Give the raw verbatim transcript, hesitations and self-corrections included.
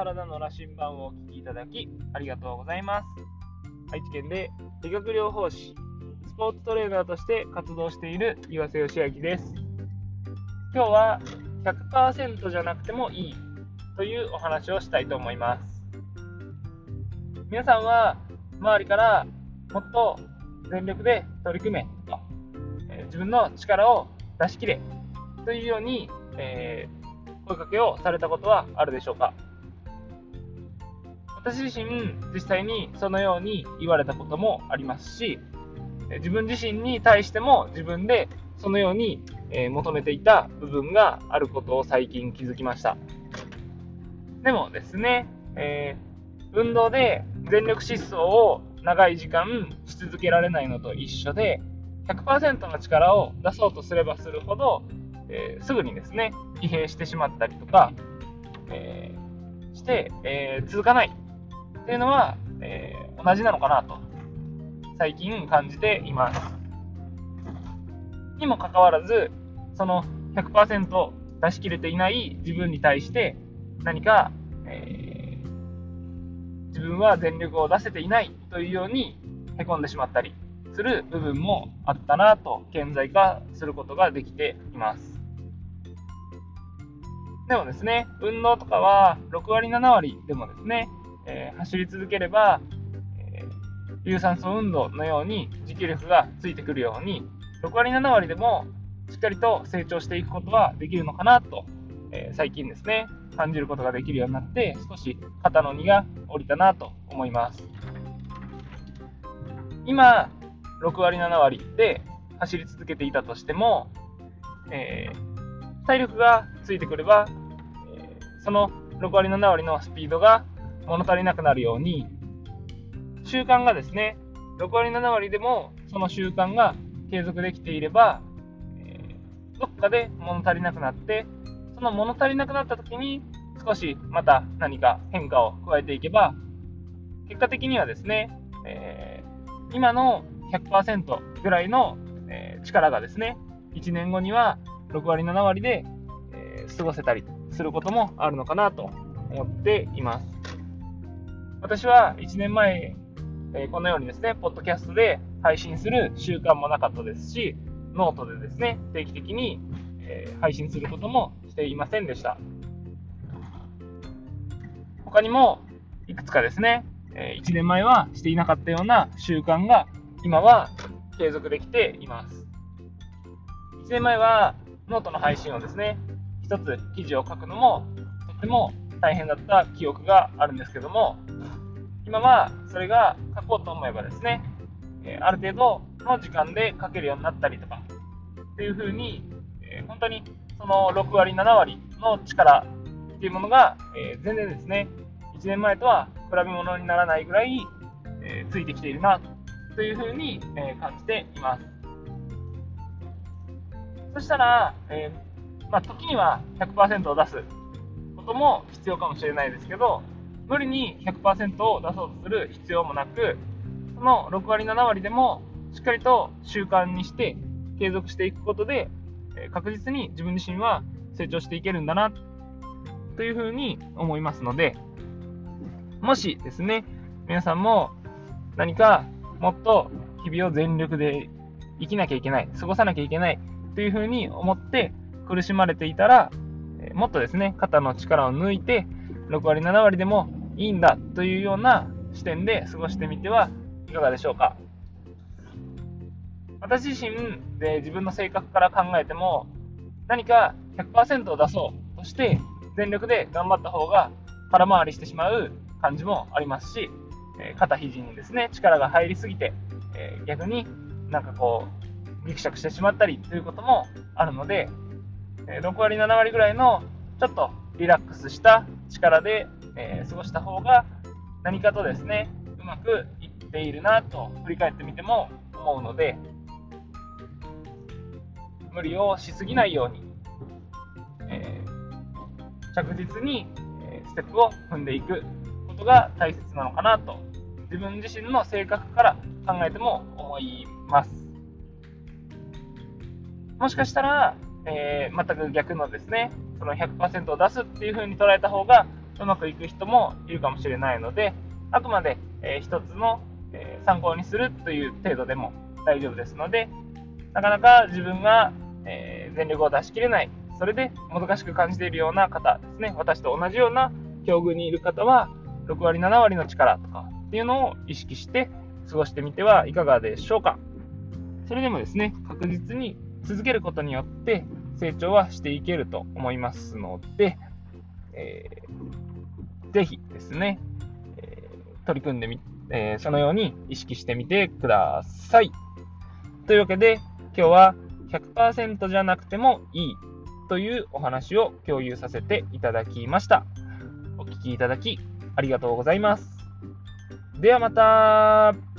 体の羅針盤をお聞きいただきありがとうございます。愛知県で理学療法士、スポーツトレーナーとして活動している岩瀬義明です。今日は ひゃくパーセント じゃなくてもいいというお話をしたいと思います。皆さんは周りからもっと全力で取り組めとか、えー、自分の力を出し切れというように、えー声かけをされたことはあるでしょうか。私自身実際にそのように言われたこともありますし、自分自身に対しても自分でそのように求めていた部分があることを最近気づきました。でもですね、えー、運動で全力疾走を長い時間し続けられないのと一緒で ひゃくパーセント の力を出そうとすればするほどえー、すぐにですね疲弊してしまったりとか、えー、して、えー、続かないっていうのは、えー、同じなのかなと最近感じています。にもかかわらずその ひゃくパーセント 出し切れていない自分に対して何か、えー、自分は全力を出せていないというようにへこんでしまったりする部分もあったなと顕在化することができています。でもですね、運動とかはろくわりななわりでもですね、えー、走り続ければ、えー、有酸素運動のように持久力がついてくるようにろくわりななわりでもしっかりと成長していくことはできるのかなと、えー、最近ですね感じることができるようになって少し肩の荷が下りたなと思います。今ろくわりななわりで走り続けていたとしても、えー体力がついてくれば、えー、そのろくわりななわりのスピードが物足りなくなるように習慣がですねろくわりななわりでもその習慣が継続できていれば、えー、どっかで物足りなくなってその物足りなくなった時に少しまた何か変化を加えていけば結果的にはですね、えー、今の ひゃくパーセント ぐらいの、えー、力がですねいちねんごにはろくわりななわりで、えー、過ごせたりすることもあるのかなと思っています。私はいちねんまえ、えー、このようにですねポッドキャストで配信する習慣もなかったですしノートでですね定期的に、えー、配信することもしていませんでした。他にもいくつかですね、えー、いちねんまえはしていなかったような習慣が今は継続できています。いちねんまえはノートの配信をですね一つ記事を書くのもとても大変だった記憶があるんですけども今はそれが書こうと思えばですねある程度の時間で書けるようになったりとかっていう風に本当にそのろくわりななわりの力っていうものが全然ですねいちねんまえとは比べ物にならないぐらいついてきているなという風に感じています。そしたら、えーまあ、時には ひゃくパーセント を出すことも必要かもしれないですけど無理に ひゃくパーセント を出そうとする必要もなくそのろくわりななわりでもしっかりと習慣にして継続していくことで、えー、確実に自分自身は成長していけるんだなというふうに思いますのでもしですね皆さんも何かもっと日々を全力で生きなきゃいけない過ごさなきゃいけないというふうに思って苦しまれていたらもっとですね肩の力を抜いてろくわりななわりでもいいんだというような視点で過ごしてみてはいかがでしょうか。私自身で自分の性格から考えても何か ひゃくパーセント を出そうとして全力で頑張った方が空回りしてしまう感じもありますし肩肘にですね力が入りすぎて逆になんかこうギクシャクしてしまったりということもあるのでろくわりななわりぐらいのちょっとリラックスした力で、えー、過ごした方が何かとですねうまくいっているなと振り返ってみても思うので無理をしすぎないように、えー、着実にステップを踏んでいくことが大切なのかなと自分自身の性格から考えても思います。もしかしたら、えー、全く逆のですねその ひゃくパーセント を出すっていう風に捉えた方がうまくいく人もいるかもしれないので、あくまで、えー、一つの、えー、参考にするという程度でも大丈夫ですので、なかなか自分が、えー、全力を出し切れない、それで難しく感じているような方ですね、私と同じような境遇にいる方は、ろくわりななわりの力とかっていうのを意識して過ごしてみてはいかがでしょうか。それでもですね、確実に続けることによって成長はしていけると思いますので、えー、ぜひですね、えー、取り組んでみ、えー、そのように意識してみてください。というわけで、今日は ひゃくパーセント じゃなくてもいいというお話を共有させていただきました。お聞きいただきありがとうございます。ではまた。